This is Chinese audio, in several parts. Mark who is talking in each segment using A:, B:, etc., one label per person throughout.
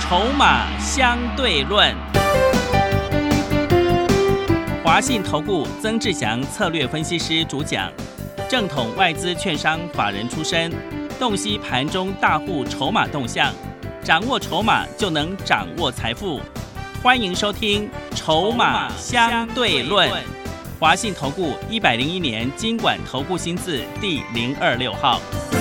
A: 筹码相对论。华信投顾曾志祥策略分析师主讲，正统外资券商法人出身，洞悉盘中大户筹码动向，掌握筹码就能掌握财富。欢迎收听《筹码相对论》。华信投顾101年金管投顾新字第026号。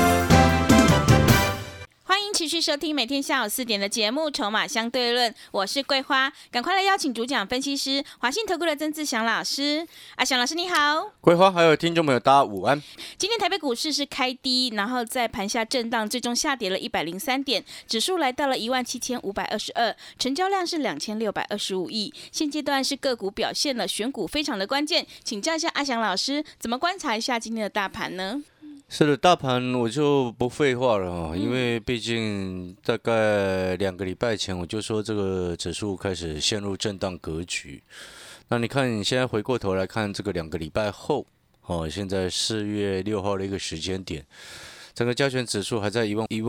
B: 欢迎持续收听每天下午4点的节目《筹码相对论》，我是桂花，赶快来邀请主讲分析师华信投顾的曾志祥老师。阿祥老师你好。
C: 桂花还有听众朋友大家午安。
B: 今天台北股市是开低，然后在盘下震荡，最终下跌了103点，指数来到了17522，成交量是2625亿。现阶段是个股表现了，选股非常的关键，请教一下阿祥老师，怎么观察一下今天的大盘呢？
C: 是的，大盘我就不废话了因为毕竟大概2个礼拜前我就说这个指数开始陷入震荡格局。那你看你现在回过头来看这个2个礼拜后，现在4月6号的一个时间点，整个加权指数还在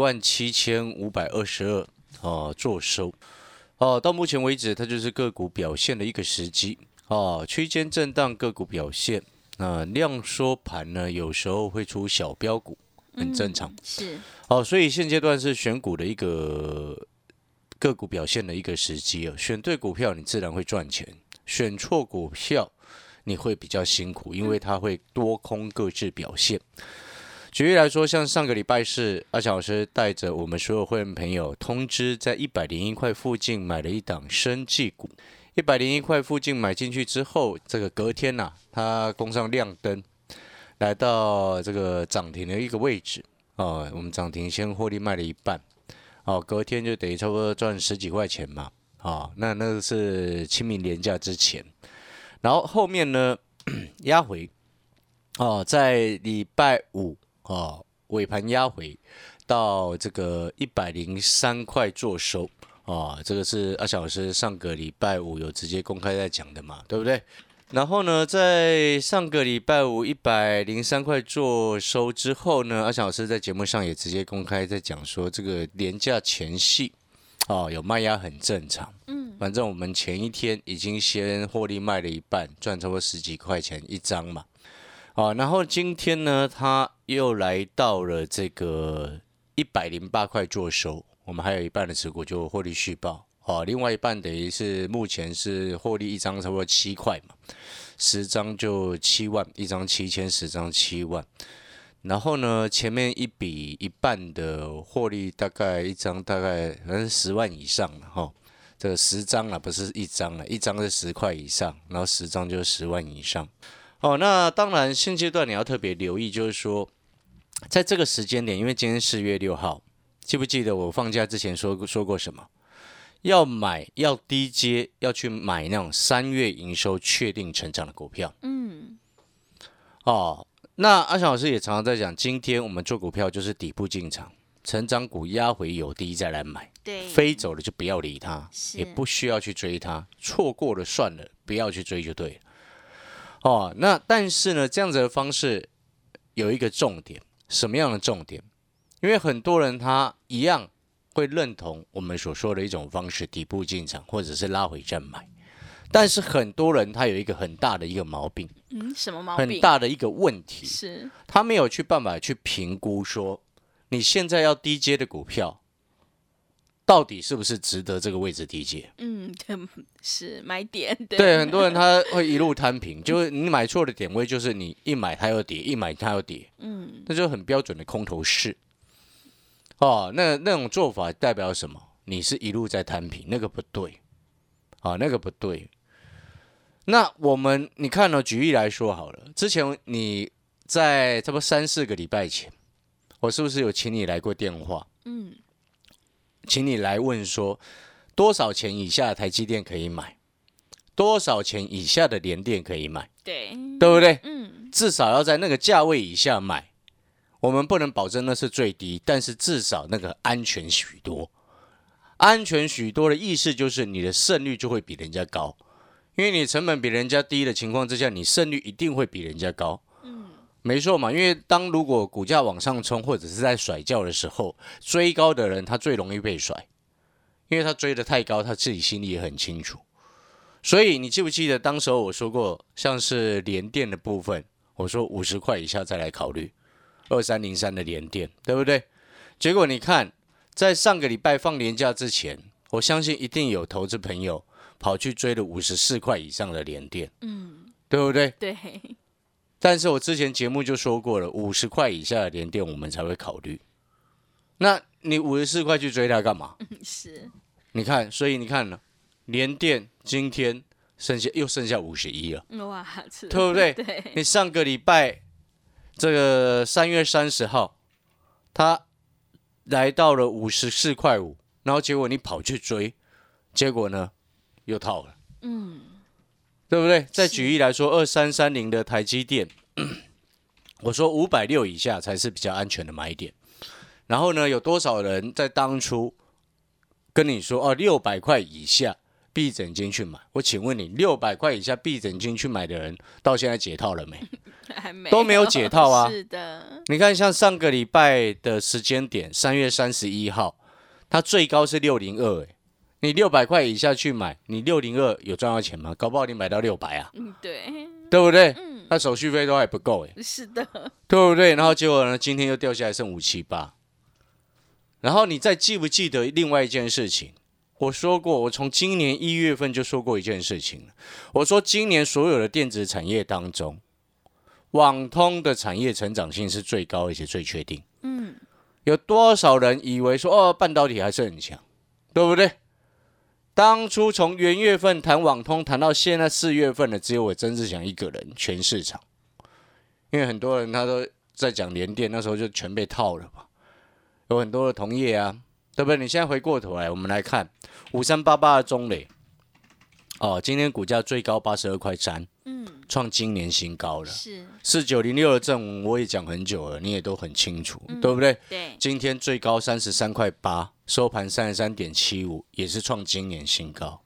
C: 17522做收。到目前为止它就是个股表现的一个时机区间震荡个股表现。量缩盘呢，有时候会出小标股，很正常。
B: 是。
C: 所以现阶段是选股的一个个股表现的一个时机选对股票，你自然会赚钱；选错股票，你会比较辛苦，因为它会多空各自表现。举例来说，像上个礼拜四，阿翔老师带着我们所有会员朋友通知，在101块附近买了一档生技股。101块附近买进去之后，这个隔天它攻上亮灯，来到这个涨停的一个位置我们涨停先获利卖了一半隔天就等于差不多赚10几块钱嘛那个是清明连假之前，然后后面呢压回在礼拜五尾盘压回到这个103块做收。这个是阿翔老师上个礼拜五有直接公开在讲的嘛，对不对？然后呢，在上个礼拜五103块做收之后呢，阿翔老师在节目上也直接公开在讲说，这个连假前夕有卖压很正常。反正我们前一天已经先获利卖了一半，赚差不多10几块钱一张嘛。然后今天呢，它又来到了这个108块做收。我们还有一半的持股就获利续报另外一半等于是目前是获利一张差不多7块嘛，10张就7万，一张7000，10张7万。然后呢，前面一笔一半的获利大概一张大概10万以上了这个10张不是一张了，一张是10块以上，然后10张就是10万以上。那当然现阶段你要特别留意，就是说在这个时间点，因为今天4月6号。记不记得我放假之前说过什么？要买要低接，要去买那种3月营收确定成长的股票。那阿翔老师也常常在讲，今天我们做股票就是底部进场，成长股压回有低再来买。
B: 对，
C: 飞走了就不要理它，也不需要去追它，错过了算了，不要去追就对了。那但是呢，这样子的方式有一个重点，什么样的重点？因为很多人他一样会认同我们所说的一种方式，底部进场或者是拉回站买，但是很多人他有一个很大的一个毛病，
B: 什么毛病？
C: 很大的一个问题
B: 是，
C: 他没有去办法去评估说，你现在要低接的股票，到底是不是值得这个位置低接？
B: 是买点。
C: 对，很多人他会一路摊平，就是你买错的点位，就是你一买它又跌，一买它又跌，那就很标准的空头市。那种做法代表什么？你是一路在摊平，那个不对，那个不对。那你看举例来说好了，之前你在差不多3、4个礼拜前，我是不是有请你来过电话？请你来问说，多少钱以下的台积电可以买，多少钱以下的联电可以买，
B: 对
C: 不对？至少要在那个价位以下买。我们不能保证那是最低，但是至少那个安全许多。安全许多的意思就是你的胜率就会比人家高，因为你成本比人家低的情况之下，你胜率一定会比人家高。没错嘛，因为如果股价往上冲或者是在甩轿的时候，追高的人他最容易被甩， 因为他追得太高，他自己心里也很清楚。所以你记不记得当时候我说过，像是联电的部分，我说50块以下再来考虑2303的联电，对不对？结果你看，在上个礼拜放年假之前，我相信一定有投资朋友跑去追了54块以上的联电，对不对？
B: 对。
C: 但是我之前节目就说过了，50块以下的联电我们才会考虑。那你54块去追它干嘛？
B: 是。
C: 你看，所以你看了，联电今天又剩下51了，
B: 哇，
C: 对不对？
B: 对。
C: 你上个礼拜这个3月30号，它来到了54块5，然后结果你跑去追，结果呢又套了，对不对？再举例来说，2330的台积电，我说560以下才是比较安全的买点。然后呢，有多少人在当初跟你说600块以下闭着眼睛去买？我请问你，600块以下闭着眼睛去买的人，到现在解套了没？
B: 还没
C: 都没有解套啊。
B: 是的。
C: 你看，像上个礼拜的时间点，3月31号，它最高是602，你600块以下去买，你602有赚到钱吗？搞不好你买到600啊，对不对？那手续费都还不够
B: 是的，
C: 对不对？然后结果呢，今天又掉下来剩578。然后你再记不记得另外一件事情？我说过，我从今年1月份就说过一件事情，我说今年所有的电子产业当中，网通的产业成长性是最高而且最确定。有多少人以为说半导体还是很强，对不对？当初从元月份谈网通谈到现在4月份的，只有我曾志祥一个人，全市场。因为很多人他都在讲联电，那时候就全被套了嘛。有很多的同业啊，对不对？你现在回过头来，我们来看5388的中磊，今天股价最高82块3，创今年新高了。是4906的正文我也讲很久了，你也都很清楚，对不对？
B: 对。
C: 今天最高33块8，收盘33.75，也是创今年新高。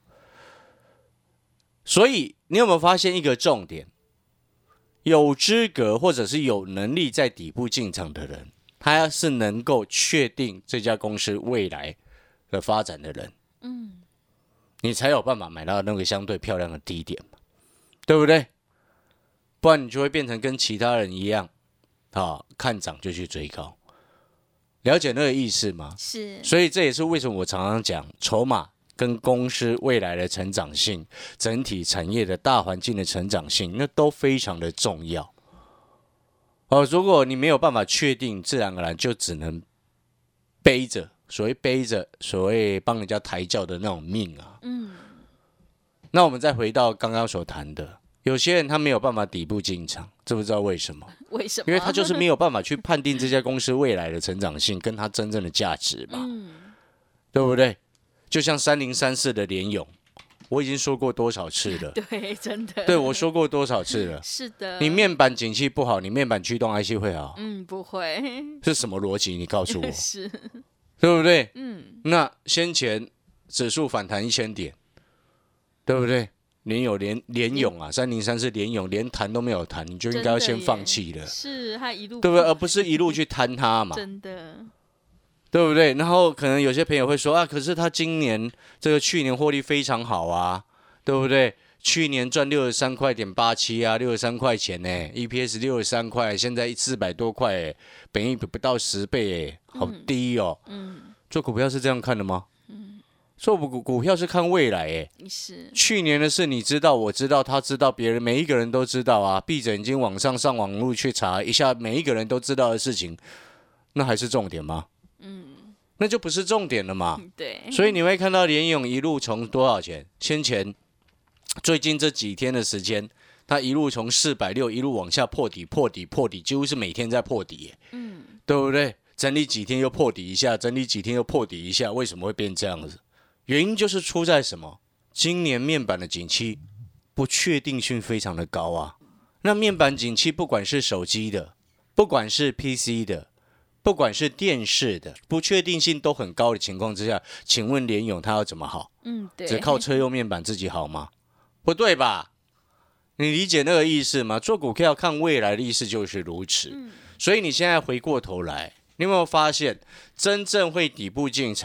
C: 所以你有没有发现一个重点？有资格或者是有能力在底部进场的人，他是能够确定这家公司未来的发展的人，你才有办法买到那个相对漂亮的低点嘛，对不对？不然你就会变成跟其他人一样，看涨就去追高，了解那个意思吗？
B: 是。
C: 所以这也是为什么我常常讲筹码跟公司未来的成长性、整体产业的大环境的成长性，那都非常的重要。如果你没有办法确定，自然而然就只能背着所谓帮人家抬轿的那种命啊。那我们再回到刚刚所谈的，有些人他没有办法底部进场，知不知道为什么？
B: 为什么？
C: 因为他就是没有办法去判定这家公司未来的成长性跟它真正的价值嘛，对不对？就像3034的联咏，我已经说过多少次了？
B: 对，真的。
C: 对，我说过多少次了？
B: 是的。
C: 你面板景气不好，你面板驱动 IC 会好？
B: 不会。
C: 是什么逻辑？你告诉我。
B: 是。
C: 对不对？那先前指数反弹1000点，对不对？联咏啊，303是联咏，连谈都没有谈，你就应该要先放弃了。
B: 是，他一路
C: 对不对？而不是一路去贪它嘛。
B: 真的。对
C: 不对？然后可能有些朋友会说可是他去年获利非常好啊，对不对？去年赚63.87块啊，63块钱呢，EPS 63块，现在400多块，本益比不到10倍，好低哦。做股票是这样看的吗？做股票是看未来，
B: 是。去
C: 年的事你知道，我知道，他知道，别人每一个人都知道啊。闭着眼睛上网路去查一下，每一个人都知道的事情，那还是重点吗？那就不是重点了嘛。
B: 对。所
C: 以你会看到联咏一路从多少钱？先前最近这几天的时间，它一路从460一路往下破底，几乎是每天在破底，对不对？整理几天又破底一下，整理几天又破底一下，为什么会变这样子？原因就是出在什么？今年面板的景气不确定性非常的高啊。那面板景气不管是手机的，不管是 PC 的，不管是电视的，不确定性都很高的情况之下，请问联咏它要怎么好？
B: 对。
C: 只靠车用面板自己好吗？不对吧？你理解那个意思吗？做股票看未来的意思就是如此。所以你现在回过头来，你有没有发现，真正会底部进场，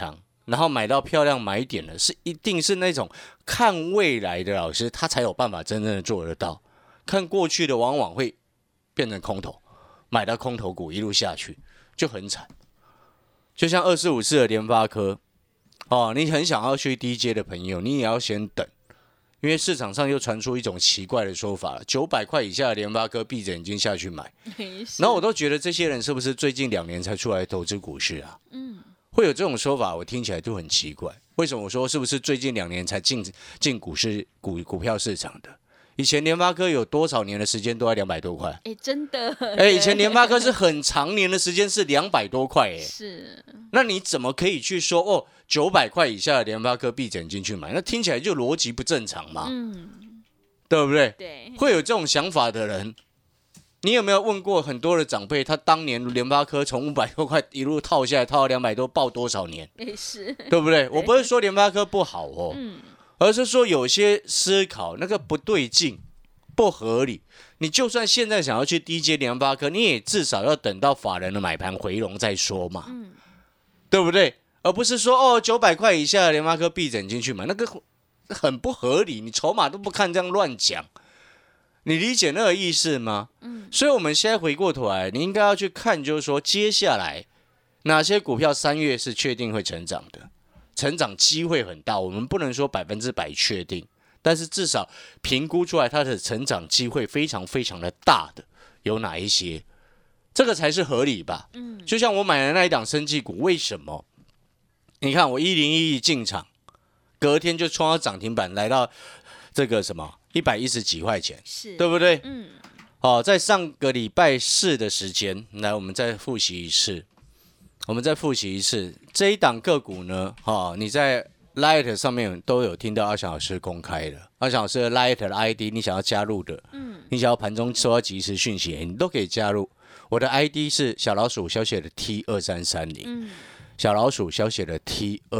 C: 然后买到漂亮买点的，是一定是那种看未来的老师，他才有办法真正的做得到。看过去的往往会变成空头，买到空头股一路下去就很惨。就像2454的联发科，你很想要去低阶的朋友，你也要先等。因为市场上又传出一种奇怪的说法了，900块以下的联发科闭着眼睛下去买，然后我都觉得这些人是不是最近2年才出来投资股市啊？会有这种说法，我听起来就很奇怪。为什么我说是不是最近2年才进股市股票市场的？以前联发科有多少年的时间都在200多块？
B: 真的。
C: 以前联发科是很长年的时间是200多块，
B: 是。
C: 那你怎么可以去说900块以下的联发科闭着眼睛去买？那听起来就逻辑不正常嘛，对不对？
B: 对。会
C: 有这种想法的人，你有没有问过很多的长辈，他当年联发科从500多块一路套下来，套到200多，抱多少年？
B: 是。
C: 对不对？我不是说联发科不好而是说有些思考那个不对劲、不合理。你就算现在想要去低阶联发科，你也至少要等到法人的买盘回笼再说嘛，对不对？而不是说900块以下的联发科闭着眼睛去买，那个很不合理。你筹码都不看，这样乱讲，你理解那个意思吗？所以我们现在回过头来，你应该要去看，就是说接下来哪些股票3月是确定会成长的。成长机会很大，我们不能说100%确定，但是至少评估出来它的成长机会非常非常的大的有哪一些，这个才是合理吧？就像我买的那一档生技股，为什么？你看我1011进场，隔天就冲到涨停板，来到这个什么110几块钱，对不对？在上个礼拜4的时间，来我们再复习一次。这一档个股呢，你在 Light 上面都有听到阿翔老师公开的，阿翔老师的 Light 的 ID， 你想要加入的，你想要盘中收到即时讯息，你都可以加入。我的 ID 是小老鼠小写的 T2330，小老鼠小写的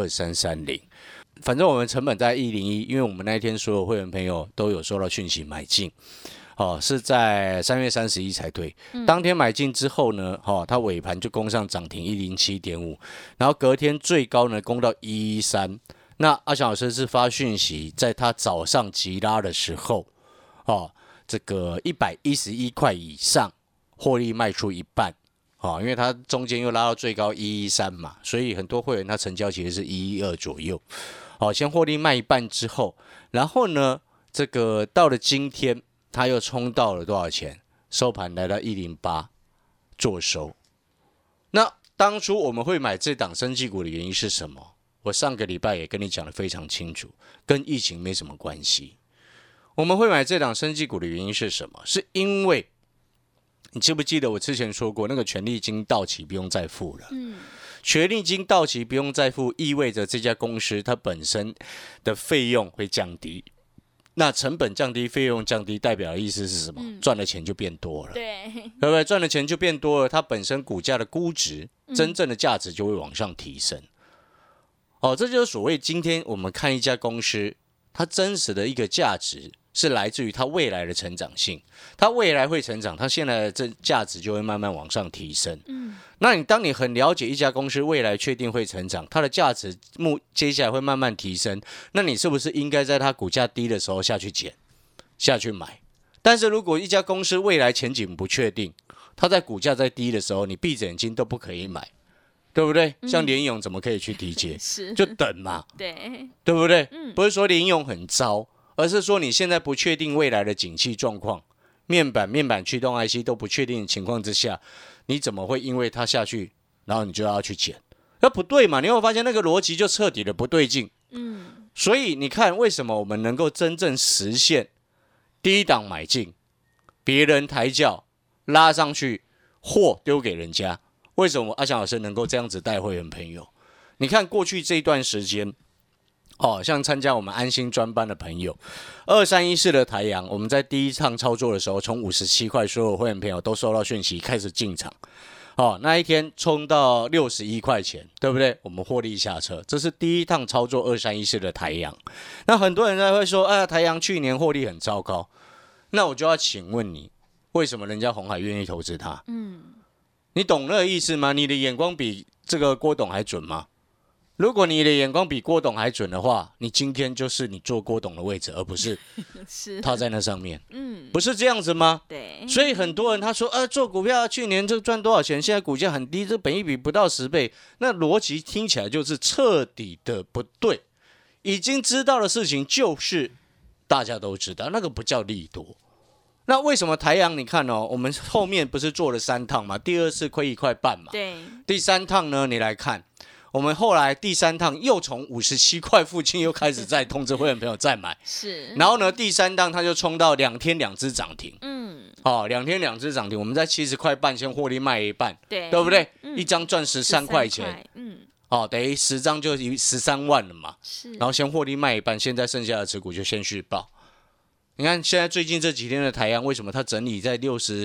C: T2330。反正我们成本在101，因为我们那一天所有会员朋友都有收到讯息买进。是在3月31才对。当天买进之后呢，它尾盘就攻上涨停107.5，然后隔天最高呢攻到113。那阿翔老师是发讯息，在他早上急拉的时候，这个111块以上获利卖出一半，因为它中间又拉到最高113嘛，所以很多会员他成交其实是112左右。先获利卖一半之后，然后呢，这个到了今天。它又冲到了多少钱？收盘来到108做收。那当初我们会买这档生技股的原因是什么？我上个礼拜也跟你讲得非常清楚，跟疫情没什么关系。我们会买这档生技股的原因是什么？是因为你记不记得我之前说过，那个权利金到期不用再付了。权利金到期不用再付，意味着这家公司它本身的费用会降低。那成本降低，费用降低，代表的意思是什么？赚的钱就变多了，对不对？赚的钱就变多了，它本身股价的估值，真正的价值就会往上提升。这就是所谓今天我们看一家公司，它真实的一个价值是来自于它未来的成长性，它未来会成长，它现在的这价值就会慢慢往上提升。那当你很了解一家公司未来确定会成长，它的价值接下来会慢慢提升，那你是不是应该在它股价低的时候下去捡，下去买？但是如果一家公司未来前景不确定，它在股价在低的时候，你闭着眼睛都不可以买，对不对？像联咏怎么可以去低接？就等嘛，对不对？不是说联咏很糟，而是说你现在不确定未来的景气状况，面板驱动 IC 都不确定的情况之下，你怎么会因为它下去，然后你就要去捡？那不对嘛？你会发现那个逻辑就彻底的不对劲。所以你看，为什么我们能够真正实现低档买进，别人抬轿拉上去，货丢给人家？为什么阿翔老师能够这样子带会员朋友？你看过去这一段时间。像参加我们安心专班的朋友，2314的台阳，我们在第一趟操作的时候，从57块，所有会员朋友都收到讯息，开始进场。那一天冲到61块钱，对不对？我们获利下车，这是第一趟操作2314的台阳。那很多人才会说，台阳去年获利很糟糕。那我就要请问你，为什么人家鸿海愿意投资它？你懂那个意思吗？你的眼光比这个郭董还准吗？ 如果你的眼光比郭董还准的话，你今天就是你坐郭董的位置，而不是他在那上面。不是这样子吗？
B: 对。
C: 所以很多人他说，做股票去年就赚多少钱，现在股价很低，这本益比不到10倍，那逻辑听起来就是彻底的不对。已经知道的事情就是大家都知道，那个不叫利多。那为什么台阳？你看哦，我们后面不是做了3趟嘛？第2次亏1块半嘛。
B: 对。
C: 第3趟呢，你来看，我们后来第3趟又从57块附近又开始再通知会员朋友再买。
B: 是。
C: 然后呢，第3趟它就冲到2天2只涨停。2天2只涨停，我们在70块半先获利卖一半，对不对？一张赚13块钱。等于10张就13万了嘛。是。然后先获利卖一半，现在剩下的持股就先续报。你看现在最近这几天的台阳，为什么它整理在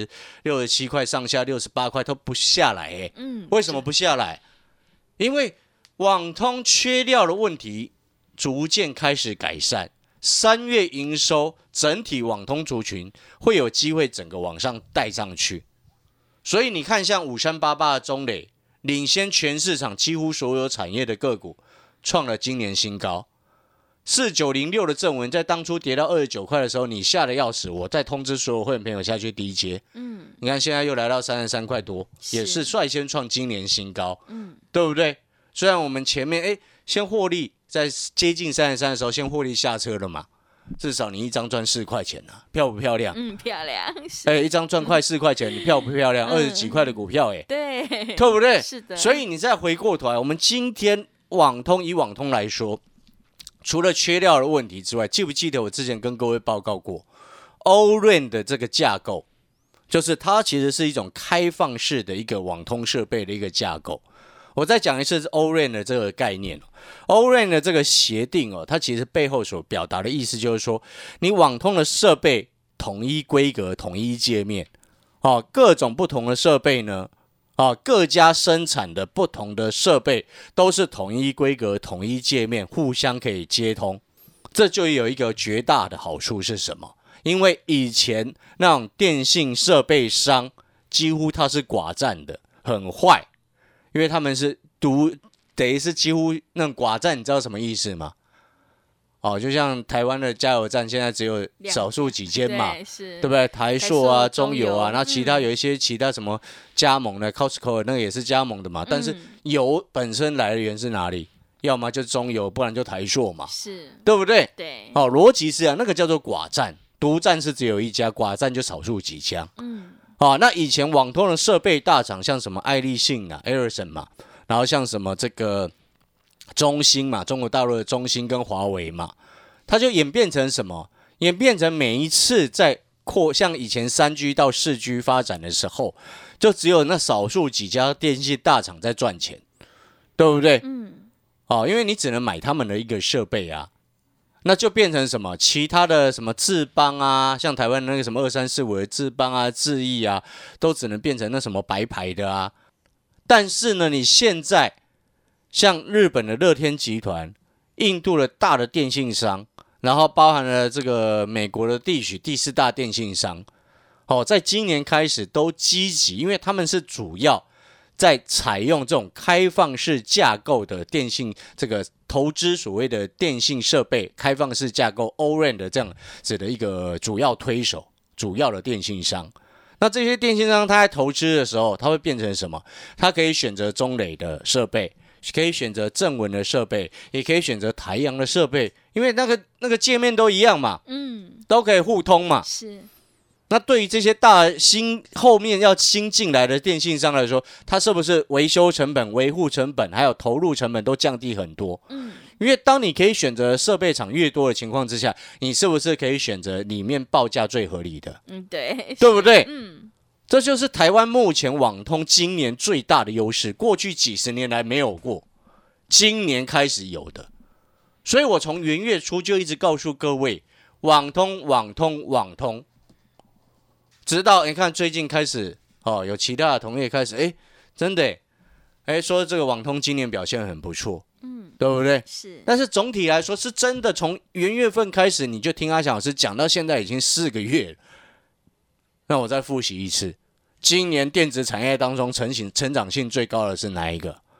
C: 67块上下，68块都不下来？为什么不下来？因为网通缺料的问题逐渐开始改善，3月营收整体网通族群会有机会整个往上带上去。所以你看像5388的中磊，领先全市场几乎所有产业的个股，创了今年新高。4906的正文在当初跌到29块的时候，你吓得要死，我再通知所有会员朋友下去低接。你看现在又来到33块多，也是率先创今年新高，对不对？虽然我们前面先获利，在接近33的时候先获利下车了嘛，至少你一张赚4块钱啊，漂不漂亮？
B: 漂亮。
C: 一张赚快4块钱，你漂不漂亮？20几块的股票，
B: 对，
C: 对不对？
B: 是的。
C: 所以你再回过头来，我们今天以网通来说，除了缺料的问题之外，记不记得我之前跟各位报告过 ，O-RAN 的这个架构，就是它其实是一种开放式的一个网通设备的一个架构。我再讲一次 O-RAN 的这个概念。O-RAN 的这个协定它其实背后所表达的意思就是说，你网通的设备统一规格、统一界面，各种不同的设备呢。各家生产的不同的设备都是统一规格、统一界面，互相可以接通。这就有一个绝大的好处是什么？因为以前那种电信设备商几乎它是寡占的，很坏，因为他们是等于是几乎那种寡占，你知道什么意思吗？就像台湾的加油站现在只有少数几间嘛，对不对？台塑啊、中油啊，然后其他有一些其他什么加盟的 Costco 那个也是加盟的嘛。但是油本身来源是哪里？要么就中油，不然就台塑嘛，对不对？
B: 对。
C: 逻辑是那个叫做寡占，独占是只有一家，寡占就少数几家。那以前网通的设备大厂，像什么爱立信啊、Ericsson 嘛，然后像什么这个中兴嘛，中国大陆的中兴跟华为嘛，它就演变成什么？演变成每一次在像以前3G 到4G 发展的时候，就只有那少数几家电信大厂在赚钱，对不对？因为你只能买他们的一个设备啊，那就变成什么？其他的什么智邦啊，像台湾那个什么2345的智邦啊、智易啊，都只能变成那什么白牌的啊。但是呢，你现在像日本的乐天集团、印度的大的电信商，然后包含了这个美国的第4大电信商，在今年开始都积极，因为他们是主要在采用这种开放式架构的电信这个投资所谓的电信设备开放式架构 O-RAN 的这样子的一个主要推手、主要的电信商。那这些电信商他在投资的时候，他会变成什么？他可以选择中磊的设备，可以选择正文的设备，也可以选择台阳的设备，因为那个界面都一样嘛，都可以互通嘛。
B: 是。
C: 那对于这些后面要新进来的电信商来说，它是不是维修成本、维护成本还有投入成本都降低很多？因为当你可以选择设备厂越多的情况之下，你是不是可以选择里面报价最合理的？
B: 对，
C: 对不对？这就是台湾目前网通今年最大的优势，过去几十年来没有过，今年开始有的。所以我从元月初就一直告诉各位，网通，直到你看最近开始有其他的同业开始真的说这个网通今年表现很不错，对不对？
B: 是。但
C: 是总体来说是真的，从元月份开始你就听阿翔老师讲到现在已经4个月了。那我再复习一次，今年电子产业当中成长性最高的是哪一个？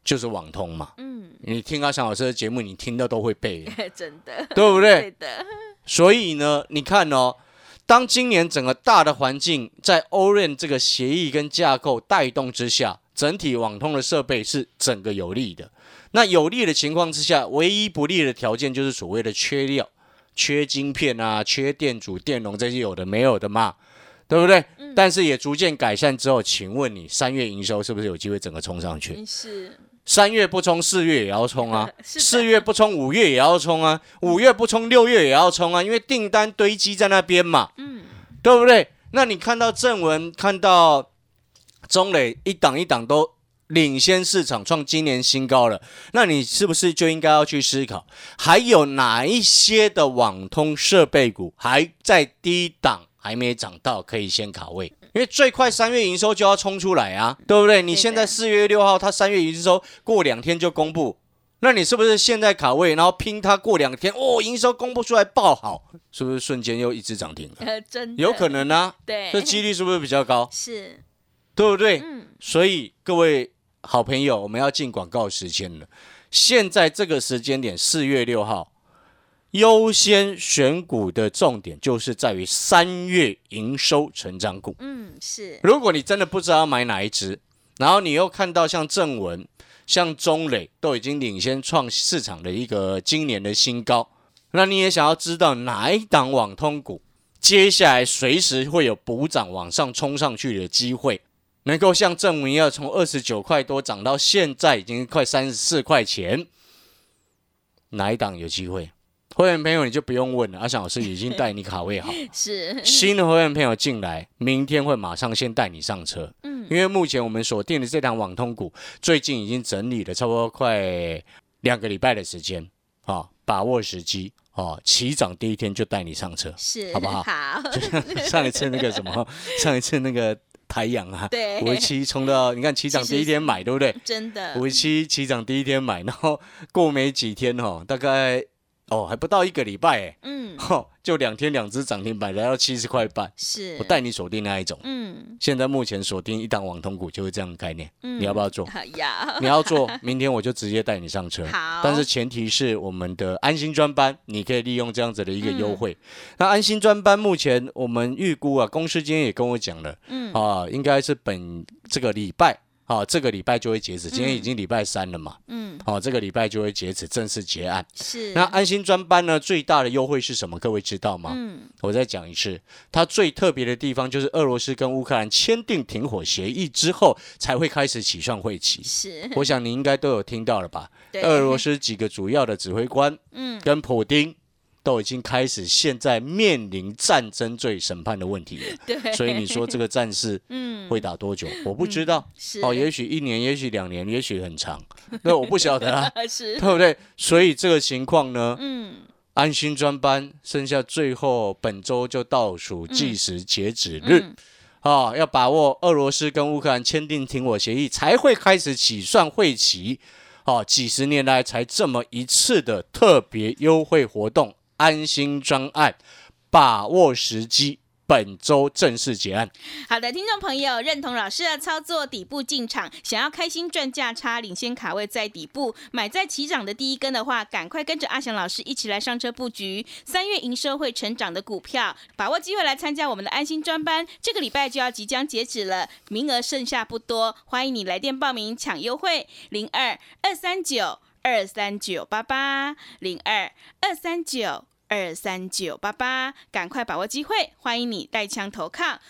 C: 就是网通嘛。你听阿翔老师的节目，你听到都会背，
B: 真的，
C: 对不对？
B: 对的。
C: 所以呢，你看哦，当今年整个大的环境在 O-RAN 这个协议跟架构带动之下，整体网通的设备是整个有利的。那有利的情况之下，唯一不利的条件就是所谓的缺料、缺晶片啊、缺电阻、电容这些有的没有的嘛，对不对？但是也逐渐改善之后，请问你3月营收是不是有机会整个冲上去？
B: 是。
C: 3月不冲，4月也要冲啊；4月不冲，5月也要冲啊；5月不冲，6月也要冲啊，因为订单堆积在那边嘛，对不对？那你看到正文，看到中磊一档一档都领先市场，创今年新高了，那你是不是就应该要去思考，还有哪一些的网通设备股还在低档，还没涨到，可以先卡位？因为最快3月营收就要冲出来啊，对不对？你现在4月6号，它3月营收过2天就公布，那你是不是现在卡位，然后拼它过2天，营收公布出来爆好，是不是瞬间又一只涨停了？
B: 真的
C: 有可能啊，
B: 对，
C: 这几率是不是比较高？
B: 是，
C: 对不对？所以各位好朋友，我们要进广告时间了。现在这个时间点，4月6号。优先选股的重点就是在于3月营收成长股。
B: 是。如
C: 果你真的不知道要买哪一支，然后你又看到像正文、像中磊都已经领先创市场的一个今年的新高，那你也想要知道哪一档网通股接下来随时会有补涨往上冲上去的机会，能够像正文一样从29块多涨到现在已经快34块钱，哪一档有机会？会员朋友你就不用问了，阿翔老师已经带你卡位好。
B: 是
C: 新的会员朋友进来，明天会马上先带你上车。因为目前我们锁定的这档网通股，最近已经整理了差不多快2个礼拜的时间，把握时机，起涨第一天就带你上车，
B: 是
C: 好不好？
B: 好，
C: 就像上一次那个什么，上一次那个台阳啊，
B: 对
C: 57冲到，你看起涨第一天买，对不对？
B: 真的
C: 57起涨第一天买，然后过没几天大概。还不到1个礼拜就2天2只涨停板，来到70块半。是，我带你锁定那一种。现在目前锁定一档网通股就是这样的概念。你要不要做？你要做，明天我就直接带你上车。好，但是前提是我们的安心专班，你可以利用这样子的一个优惠。那安心专班目前我们预估公司今天也跟我讲了，应该是这个礼拜。这个礼拜就会截止，今天已经礼拜3了嘛。这个礼拜就会截止，正式结案。是。那安心专班呢，最大的优惠是什么？各位知道吗？我再讲一次，它最特别的地方就是俄罗斯跟乌克兰签订停火协议之后，才会开始起算会期。是。我想你应该都有听到了吧？俄罗斯几个主要的指挥官，跟普丁。都已经开始现在面临战争罪审判的问题了。对，所以你说这个战事会打多久？我不知道。也许1年，也许2年，也许很长。那我不晓得啊，对不对？所以这个情况呢，安心专班剩下最后本周就倒数计时截止日。要把握俄罗斯跟乌克兰签订停火协议，才会开始起算会期。几十年来才这么一次的特别优惠活动。安心专案，把握时机，本周正式结案。
B: 好的，听众朋友，认同老师的操作，底部进场，想要开心赚价差，领先卡位在底部，买在起涨的第一根的话，赶快跟着阿翔老师一起来上车布局3月营收会成长的股票，把握机会来参加我们的安心专班。这个礼拜就要即将截止了，名额剩下不多，欢迎你来电报名抢优惠，02-239-23988，02-239-23988，赶快把握机会，欢迎你带枪投靠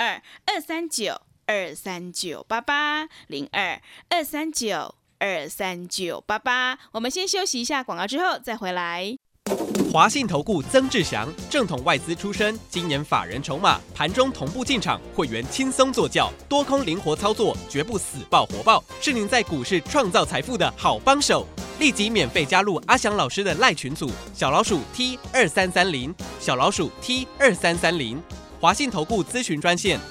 B: ，02-239-23988，02-239-23988。我们先休息一下广告，之后再回来。
D: 华信投顾曾志祥，正统外资出身，今年法人筹码，盘中同步进场，会员轻松做教，多空灵活操作，绝不死抱活抱，是您在股市创造财富的好帮手。立即免费加入阿翔老师的赖群组，小老鼠 T2330，小老鼠 T2330，华信投顾咨询专线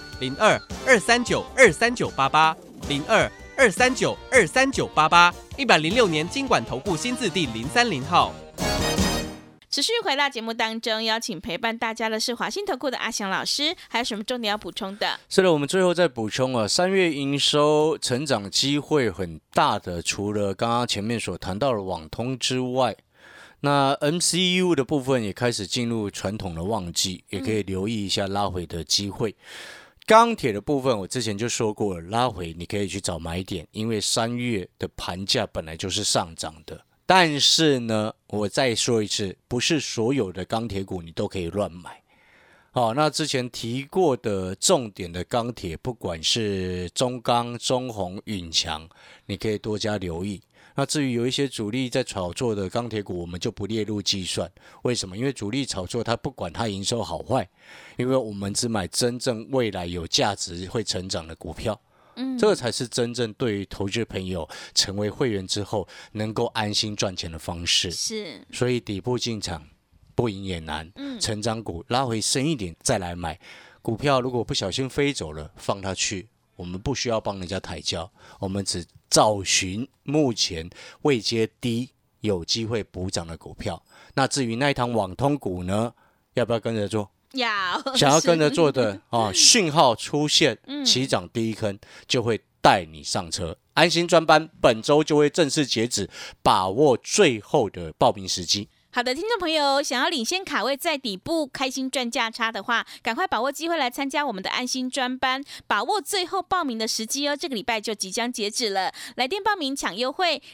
D: 02-239-23988，02-239-23988，106年金管投顾新字第030号。
B: 持续回到节目当中，邀请陪伴大家的是华信投顾的阿翔老师，还有什么重点要补充的？
C: 是的，我们最后再补充啊，3月营收成长机会很大的，除了刚刚前面所谈到的网通之外，那 MCU 的部分也开始进入传统的旺季，也可以留意一下拉回的机会。钢铁的部分，我之前就说过了，拉回你可以去找买点，因为3月的盘价本来就是上涨的。但是呢，我再说一次，不是所有的钢铁股你都可以乱买。好，那之前提过的重点的钢铁，不管是中钢、中鸿、允强，你可以多加留意。那至于有一些主力在炒作的钢铁股，我们就不列入计算。为什么？因为主力炒作，它不管它营收好坏，因为我们只买真正未来有价值会成长的股票。这个才是真正对于投资朋友成为会员之后能够安心赚钱的方式。
B: 是，
C: 所以底部进场不赢也难，成长股拉回深一点再来买。股票如果不小心飞走了，放它去，我们不需要帮人家抬轿，我们只找寻目前位阶低有机会补涨的股票。那至于那一堂网通股呢，要不要跟着做？想要跟着做的讯号出现起涨第一坑，就会带你上车。安心专班本周就会正式截止，把握最后的报名时机。
B: 好的，听众朋友，想要领先卡位在底部开心赚价差的话，赶快把握机会来参加我们的安心专班，把握最后报名的时机哦，这个礼拜就即将截止了。来电报名抢优惠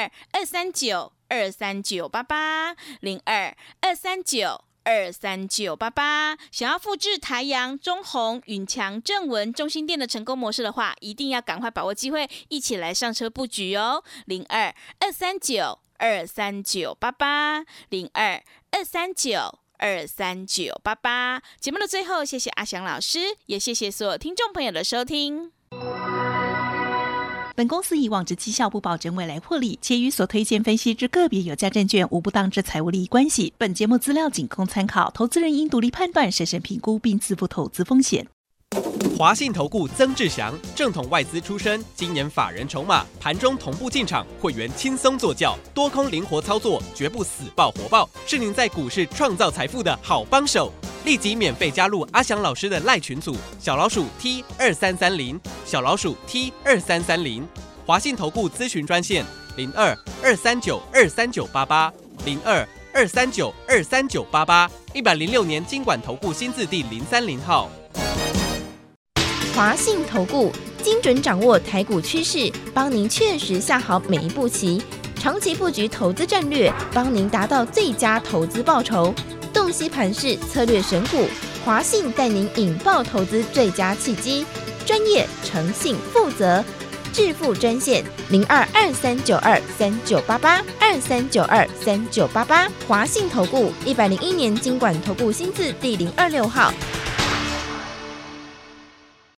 B: 02-239-23988，02-239-23988。想要复制台阳、中鸿、允强、正文、中兴电的成功模式的话，一定要赶快把握机会，一起来上车布局哦。02-239-23988，02-239-23988。节目的最后，谢谢阿翔老师，也谢谢所有听众朋友的收听。
E: 本公司以往之绩效不保证未来获利，且与所推荐分析之个别有价证券无不当之财务利益关系。本节目资料仅供参考，投资人应独立判断、审慎评估并自负投资风险。
D: 华信投顾曾志祥，正统外资出身，今年法人筹码，盘中同步进场，会员轻松做教，多空灵活操作，绝不死抱活抱，是您在股市创造财富的好帮手。立即免费加入阿翔老师的赖群组，小老鼠 T2330，小老鼠 T2330，华信投顾咨询专线02-239-23988，02-239-23988，106年金管投顾新字第030号。
F: 华信投顾精准掌握台股趋势，帮您确实下好每一步棋，长期布局投资战略，帮您达到最佳投资报酬。洞悉盘势，策略选股，华信带您引爆投资最佳契机，专业、诚信、负责，致富专线02-2392-3988，2392-3988，华信投顾101年金管投顾新字第026号。